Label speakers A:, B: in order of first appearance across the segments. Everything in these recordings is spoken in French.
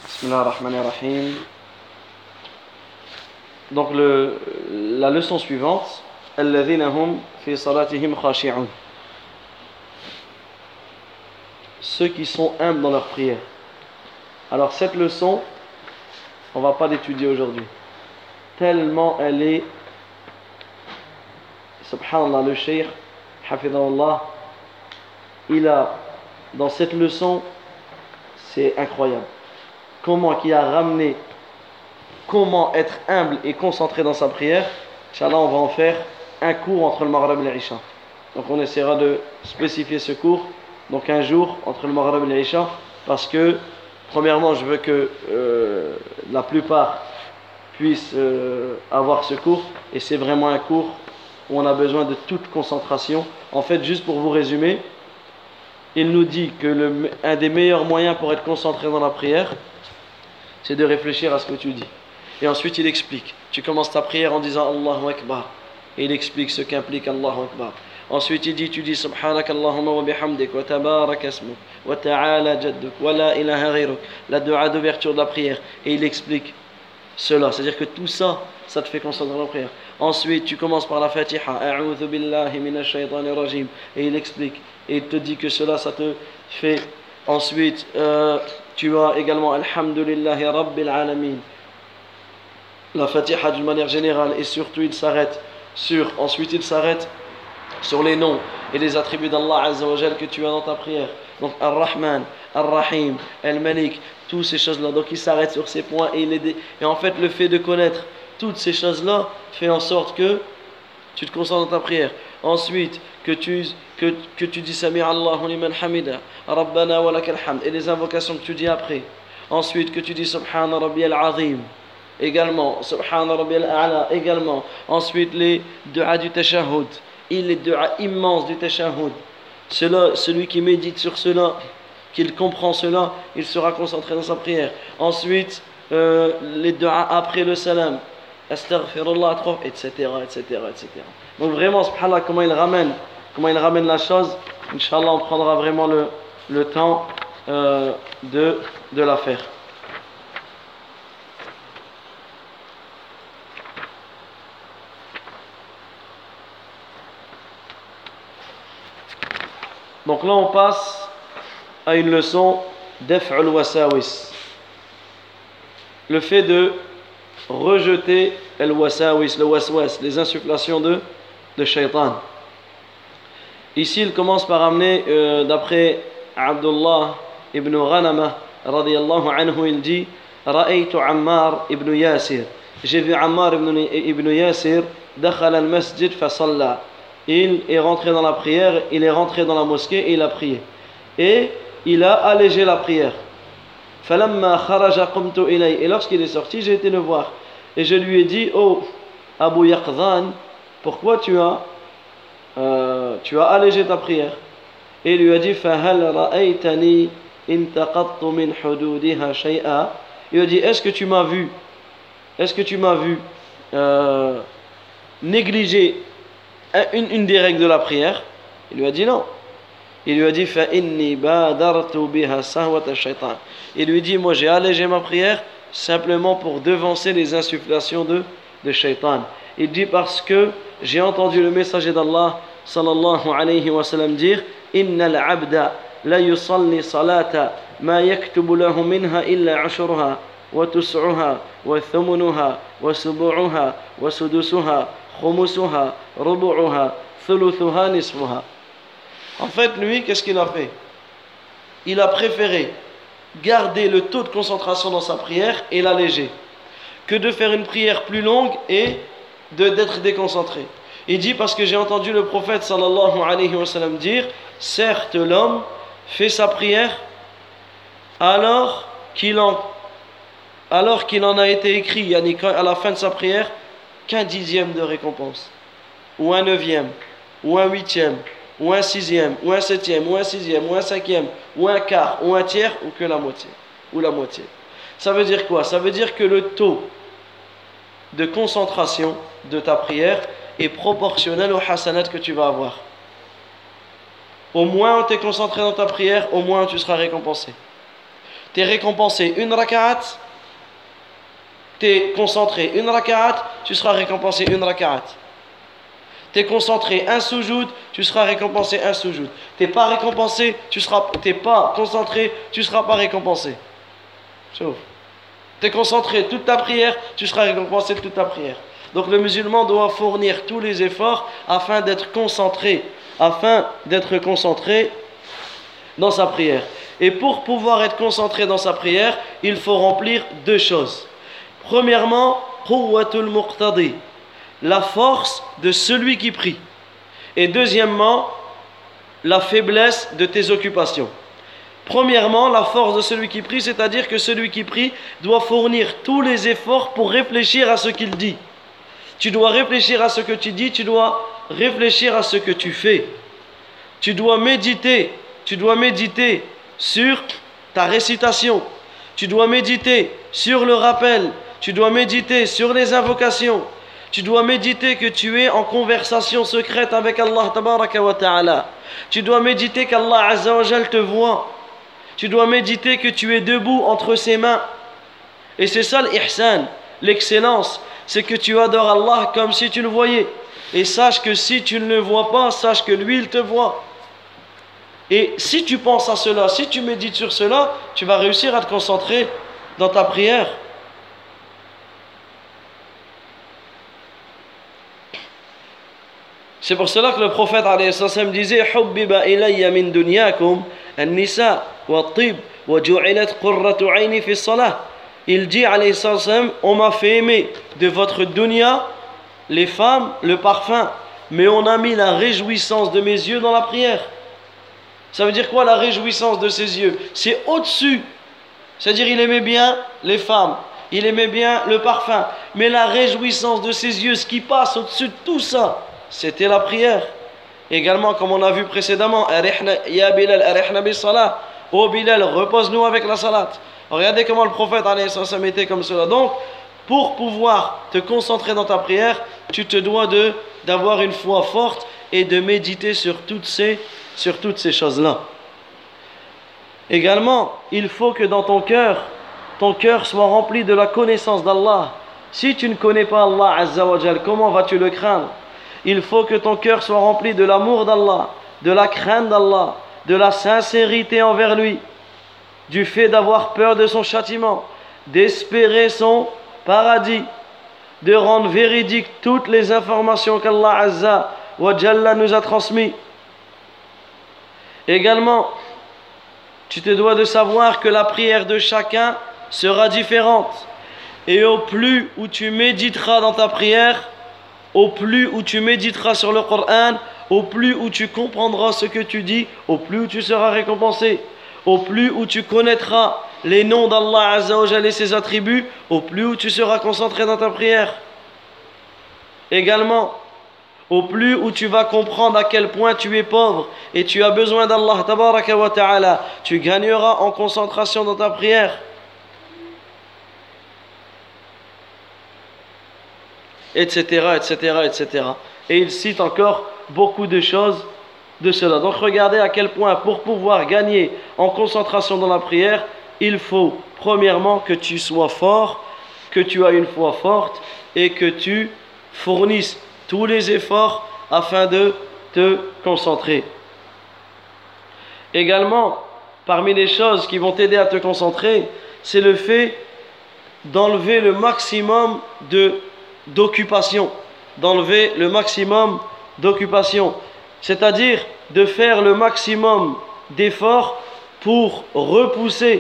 A: Bismillah ar-Rahman ar-Rahim. Donc la leçon suivante, Alladhina hum fi salatihim khashi'un. Ceux qui sont humbles dans leur prière. Alors cette leçon, on ne va pas l'étudier aujourd'hui. Tellement elle est, subhanallah, le cheikh, hafidahullah, il a, dans cette leçon, c'est incroyable. Comment il a ramené, comment être humble et concentré dans sa prière. Inch'Allah, on va en faire un cours entre le Maghrib et l'Isha. Donc on essaiera de spécifier ce cours, donc un jour entre le Maghrib et l'Isha, parce que, premièrement, je veux que la plupart puissent avoir ce cours, et c'est vraiment un cours où on a besoin de toute concentration. En fait, juste pour vous résumer, il nous dit que un des meilleurs moyens pour être concentré dans la prière, c'est de réfléchir à ce que tu dis. Et ensuite il explique. Tu commences ta prière en disant Allahu Akbar. Et il explique ce qu'implique Allahu Akbar. Ensuite il dit, tu dis Subhanak Allahumma wa bihamdik wa tabarak asmuk wa ta'ala jadduk wa la ilaha ghayruk. La dua d'ouverture de la prière. Et il explique cela. C'est-à-dire que tout ça, ça te fait concentrer dans la prière. Ensuite tu commences par la Fatiha. A'udhu billahi minash shaytanir rajim. Et il explique. Et il te dit que cela, ça te fait. Ensuite, tu as également Alhamdulillahi Rabbil Alamin. La Fatiha d'une manière générale, et surtout ensuite il s'arrête sur les noms et les attributs d'Allah Azza wa Jal que tu as dans ta prière. Donc Ar-Rahman, Ar-Rahim, Al-Malik, toutes ces choses-là. Donc il s'arrête sur ces points et en fait le fait de connaître toutes ces choses-là fait en sorte que tu te concentres dans ta prière. Ensuite, que tu dis Sami Allahu liman hamida, Rabbana wa lakal hamd, et les invocations que tu dis après. Ensuite, que tu dis Subhana Rabbiyal Azim, également, Subhana Rabbiyal A'la, également. Ensuite, les du'a du tashahhud, et les du'a immenses du tashahhud. Celui qui médite sur cela, qu'il comprend cela, il sera concentré dans sa prière. Ensuite, les du'a après le salam, Astaghfirullah, etc., etc., etc. Donc vraiment, subhanallah, comment il ramène la chose. Inch'Allah, on prendra vraiment le temps de la faire. Donc là, on passe à une leçon d'af'ul wasawis. Le fait de rejeter le waswas, les insufflations de shaitan. Ici, il commence par amener, d'après Abdullah ibn Ghanama, radiyallahu anhu, il dit Ra'aytu Ammar ibn Yasir. J'ai vu Ammar ibn Yasir, dakhala al-masjid fa salla. Il est rentré dans la prière, il est rentré dans la mosquée et il a prié. Et il a allégé la prière. فَلَمَّا خَرَجَ قُمْتُ إِلَيْهِ. Et lorsqu'il est sorti, j'ai été le voir. Et je lui ai dit, oh, Abu Yaqdhan, pourquoi tu as allégé ta prière? Et il lui a dit, فَهَلْ رَأَيْتَنِي إِنْتَقَطْتُ مِنْ حُدُودِهَا شَيْئًا. Il a dit, est-ce que tu m'as vu négliger une des règles de la prière? Il lui a dit non. Il lui a dit فَإِنِّي بَادَرْتُ بِهَا سَهْوَةَ الشَّيْطَانِ. Il lui dit, moi j'ai allégé ma prière simplement pour devancer les insufflations de shaitan. Il dit, parce que j'ai entendu le messager d'Allah sallallahu alayhi wa sallam dire Inna al-abda la yusalli salata ma yaktubu lahu minha illa ashruha wa tus'uha wa thumunuha wa subu'uha wa sudusuha khumusuha rubu'uha thuluthuha nisfuha. En fait, lui, qu'est-ce qu'il a fait? Il a préféré garder le taux de concentration dans sa prière et l'alléger, que de faire une prière plus longue et d'être déconcentré. Il dit, parce que j'ai entendu le prophète sallallahu alayhi wa sallam dire, certes l'homme fait sa prière alors qu'il en a été écrit, à la fin de sa prière, qu'un dixième de récompense, ou un neuvième, ou un huitième, ou un sixième, ou un septième, ou un sixième, ou un cinquième, ou un quart, ou un tiers, ou que la moitié. Ça veut dire quoi? Ça veut dire que le taux de concentration de ta prière est proportionnel au hasanat que tu vas avoir. Au moins tu es concentré dans ta prière, au moins tu seras récompensé. tu es récompensé une raka'at, tu es concentré une raka'at, tu seras récompensé une raka'at. Tu es concentré un soujoud, tu seras récompensé un soujoud. Tu n'es pas récompensé, tu n'es pas concentré, tu ne seras pas récompensé. Sauf. Tu es concentré toute ta prière, tu seras récompensé de toute ta prière. Donc le musulman doit fournir tous les efforts afin d'être concentré dans sa prière. Et pour pouvoir être concentré dans sa prière, il faut remplir deux choses. Premièrement, quwwatul muqtadi, la force de celui qui prie. Et deuxièmement, la faiblesse de tes occupations. Premièrement, la force de celui qui prie, c'est-à-dire que celui qui prie doit fournir tous les efforts pour réfléchir à ce qu'il dit. Tu dois réfléchir à ce que tu dis, tu dois réfléchir à ce que tu fais. Tu dois méditer sur ta récitation. Tu dois méditer sur le rappel. Tu dois méditer sur les invocations. Tu dois méditer que tu es en conversation secrète avec Allah tabaraka wa ta'ala. Tu dois méditer qu'Allah azza wa jal te voit. Tu dois méditer que tu es debout entre ses mains. Et c'est ça l'ihsan, l'excellence. C'est que tu adores Allah comme si tu le voyais. Et sache que si tu ne le vois pas, sache que lui il te voit. Et si tu penses à cela, si tu médites sur cela, tu vas réussir à te concentrer dans ta prière. C'est pour cela que le prophète alayhi salam disait Hubbiba ilayya min dunyakum an-nisa wa-tib wa ju'ilat qurratu 'ayni fi as-salah. Il dit alayhi salam, on m'a fait aimer de votre dunya les femmes, le parfum, mais on a mis la réjouissance de mes yeux dans la prière. Ça veut dire quoi la réjouissance de ses yeux? C'est au-dessus. C'est-à-dire il aimait bien les femmes, il aimait bien le parfum, mais la réjouissance de ses yeux, ce qui passe au-dessus de tout ça, c'était la prière. Également, comme on a vu précédemment, Ya Bilal, arihna bis salat. Oh Bilal, repose-nous avec la salat. Regardez comment le prophète alayhi salam était comme cela. Donc, pour pouvoir te concentrer dans ta prière, tu te dois d'avoir une foi forte et de méditer sur toutes ces choses-là. Également, il faut que dans ton cœur soit rempli de la connaissance d'Allah. Si tu ne connais pas Allah Azza wa Jal, comment vas-tu le craindre? Il faut que ton cœur soit rempli de l'amour d'Allah, de la crainte d'Allah, de la sincérité envers lui, du fait d'avoir peur de son châtiment, d'espérer son paradis, de rendre véridiques toutes les informations qu'Allah Azza wa Jalla nous a transmises. Également, tu te dois de savoir que la prière de chacun sera différente. Et au plus où tu méditeras dans ta prière, au plus où tu méditeras sur le Coran, au plus où tu comprendras ce que tu dis, au plus où tu seras récompensé. Au plus où tu connaîtras les noms d'Allah Azza wa Jalla et ses attributs, au plus où tu seras concentré dans ta prière. Également, au plus où tu vas comprendre à quel point tu es pauvre et tu as besoin d'Allah tabaraka wa ta'ala, tu gagneras en concentration dans ta prière. Etc., etc., etc. Et il cite encore beaucoup de choses de cela. Donc regardez à quel point pour pouvoir gagner en concentration dans la prière, il faut premièrement que tu sois fort, que tu aies une foi forte et que tu fournisses tous les efforts afin de te concentrer. Également, parmi les choses qui vont t'aider à te concentrer, c'est le fait d'enlever le maximum d'occupation. D'enlever le maximum d'occupation. C'est-à-dire de faire le maximum d'efforts pour repousser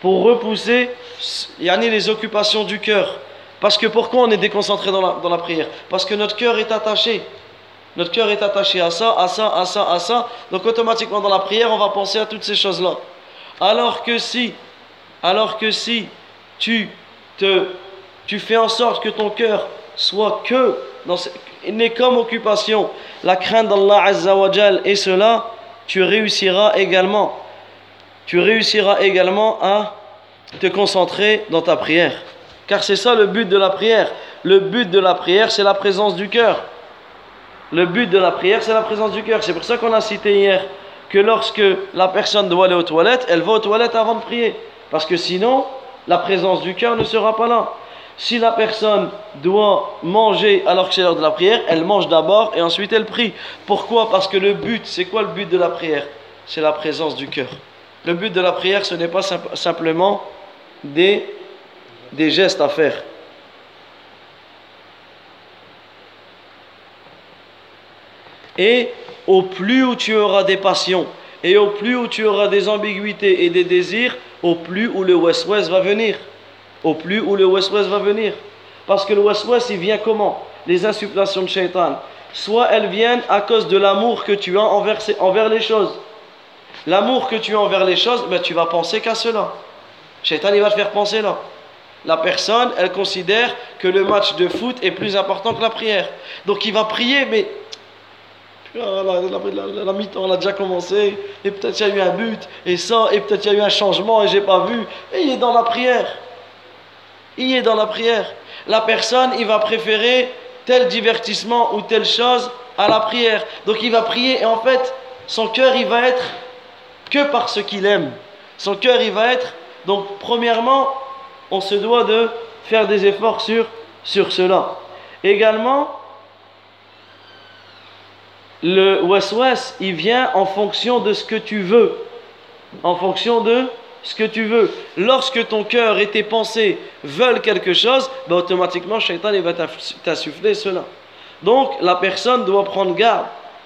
A: les occupations du cœur. Parce que pourquoi on est déconcentré dans la prière? Parce que notre cœur est attaché. Notre cœur est attaché à ça, à ça, à ça, à ça. Donc automatiquement dans la prière, on va penser à toutes ces choses-là. Alors que si tu fais en sorte que ton cœur soit n'est comme occupation la crainte d'Allah Azza wa Jal, et cela, tu réussiras également à te concentrer dans ta prière. Car c'est ça le but de la prière. Le but de la prière, c'est la présence du cœur. Le but de la prière, c'est la présence du cœur. C'est pour ça qu'on a cité hier que lorsque la personne doit aller aux toilettes, elle va aux toilettes avant de prier. Parce que sinon, la présence du cœur ne sera pas là. Si la personne doit manger alors que c'est l'heure de la prière, elle mange d'abord et ensuite elle prie. Pourquoi? Parce que le but, c'est quoi le but de la prière? C'est la présence du cœur. Le but de la prière, ce n'est pas simplement des gestes à faire. Et au plus où tu auras des passions, et au plus où tu auras des ambiguïtés et des désirs, au plus où le waswas va venir. Au plus où le waswas va venir. Parce que le waswas, il vient comment? Les insufflations de shaitan. Soit elles viennent à cause de l'amour que tu as envers les choses. L'amour que tu as envers les choses, ben, tu vas penser qu'à cela. Shaitan, il va te faire penser là. La personne, elle considère que le match de foot est plus important que la prière. Donc il va prier, mais la mi-temps, elle a déjà commencé, et peut-être il y a eu un but, et ça, et peut-être il y a eu un changement, et j'ai pas vu. Et il est dans la prière. Il est dans la prière. La personne, il va préférer tel divertissement ou telle chose à la prière. Donc il va prier, et en fait, son cœur, il va être que par ce qu'il aime. Son cœur, il va être... Donc, premièrement, on se doit de faire des efforts sur cela. Également, le waswas, il vient en fonction de ce que tu veux. En fonction de ce que tu veux. Lorsque ton cœur et tes pensées veulent quelque chose, ben automatiquement, Shaitan, il va t'insuffler cela. Donc, la personne doit prendre garde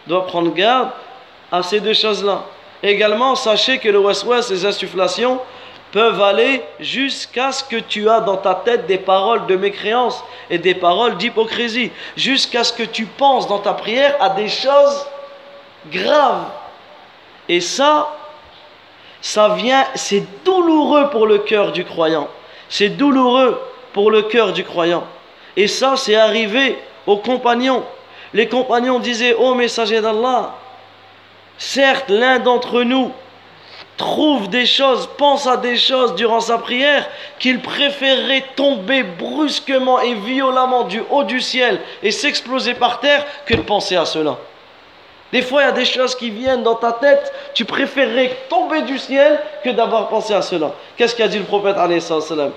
A: à ces deux choses-là. Également, sachez que le waswas, les insufflations, peuvent aller jusqu'à ce que tu as dans ta tête des paroles de mécréance et des paroles d'hypocrisie, jusqu'à ce que tu penses dans ta prière à des choses graves. Et ça vient, c'est douloureux pour le cœur du croyant. C'est douloureux pour le cœur du croyant. Et ça, c'est arrivé aux compagnons. Les compagnons disaient: ô messager d'Allah, certes, l'un d'entre nous trouve des choses, pense à des choses durant sa prière qu'il préférerait tomber brusquement et violemment du haut du ciel et s'exploser par terre que de penser à cela. Des fois, il y a des choses qui viennent dans ta tête, tu préférerais tomber du ciel que d'avoir pensé à cela. Qu'est-ce qu'a dit le prophète alayhi salam?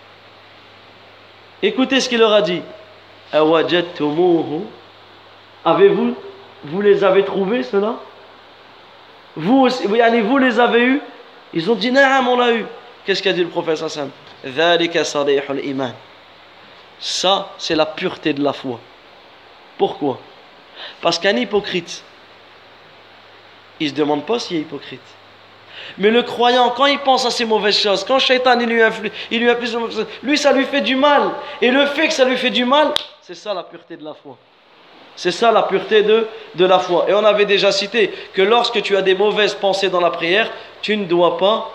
A: Écoutez ce qu'il leur a dit. Awajadtumuhu, vous les avez trouvés cela? Vous les avez eus? Ils ont dit: naam, on l'a eu. Qu'est-ce qu'a dit le prophète sallallahu alayhi wa sallam? Ça, c'est la pureté de la foi. Pourquoi? Parce qu'un hypocrite, il ne se demande pas s'il est hypocrite. Mais le croyant, quand il pense à ces mauvaises choses, quand Shaitan il lui inflige de mauvaises choses, lui ça lui fait du mal. Et le fait que ça lui fait du mal, c'est ça la pureté de la foi. C'est ça la pureté de la foi. Et on avait déjà cité que lorsque tu as des mauvaises pensées dans la prière, tu ne dois pas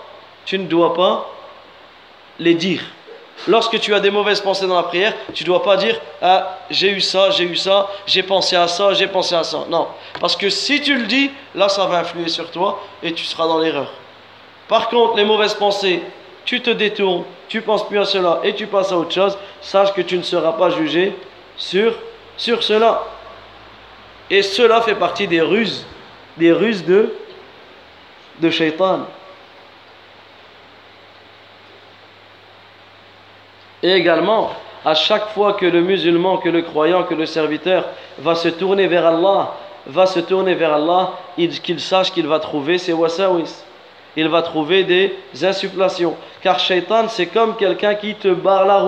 A: les dire. Lorsque tu as des mauvaises pensées dans la prière, tu ne dois pas dire: ah, j'ai eu ça, j'ai pensé à ça. Non. Parce que si tu le dis, là ça va influer sur toi et tu seras dans l'erreur. Par contre, les mauvaises pensées, tu te détournes, tu ne penses plus à cela et tu passes à autre chose, sache que tu ne seras pas jugé sur cela. Et cela fait partie des ruses de Shaitan. Et également, à chaque fois que le musulman, que le croyant, que le serviteur va se tourner vers Allah, qu'il sache qu'il va trouver ses wasawis. Il va trouver des insufflations. Car Shaitan, c'est comme quelqu'un qui te barre la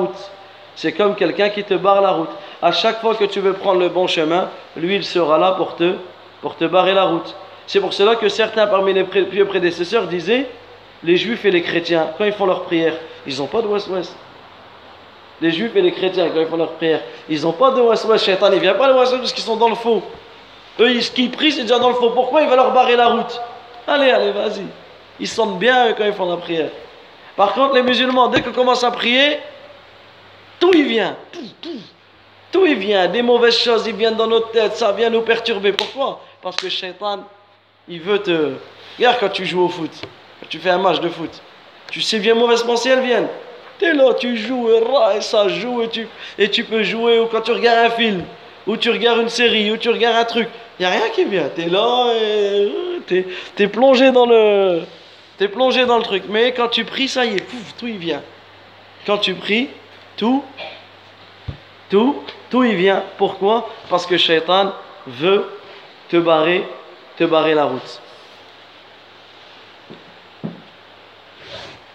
A: route. À chaque fois que tu veux prendre le bon chemin, lui, il sera là pour te barrer la route. C'est pour cela que certains parmi les pieux prédécesseurs disaient: les juifs et les chrétiens, quand ils font leur prière, ils n'ont pas de waswas. Les juifs et les chrétiens, quand ils font leur prière, ils n'ont pas de waswas. Shaitan, il ne vient pas de waswas parce qu'ils sont dans le faux. Eux, ce qu'ils prient, c'est déjà dans le faux. Pourquoi il va leur barrer la route? Allez, vas-y. Ils se sentent bien eux, quand ils font la prière. Par contre, les musulmans, dès qu'on commence à prier, tout y vient. Tout y vient. Des mauvaises choses, ils viennent dans notre tête. Ça vient nous perturber. Pourquoi? Parce que Shaitan, il veut te... Regarde quand tu joues au foot. Quand tu fais un match de foot. Tu sais bien, mauvaises pensées, elles viennent. T'es là, tu joues, et ça joue, et tu peux jouer. Ou quand tu regardes un film, ou tu regardes une série, ou tu regardes un truc. Il n'y a rien qui vient. T'es là, et t'es plongé dans le Tu es plongé dans le truc. Mais quand tu pries, ça y est, pouf, tout y vient. Quand tu pries, tout y vient. Pourquoi? Parce que Shaitan veut te barrer la route.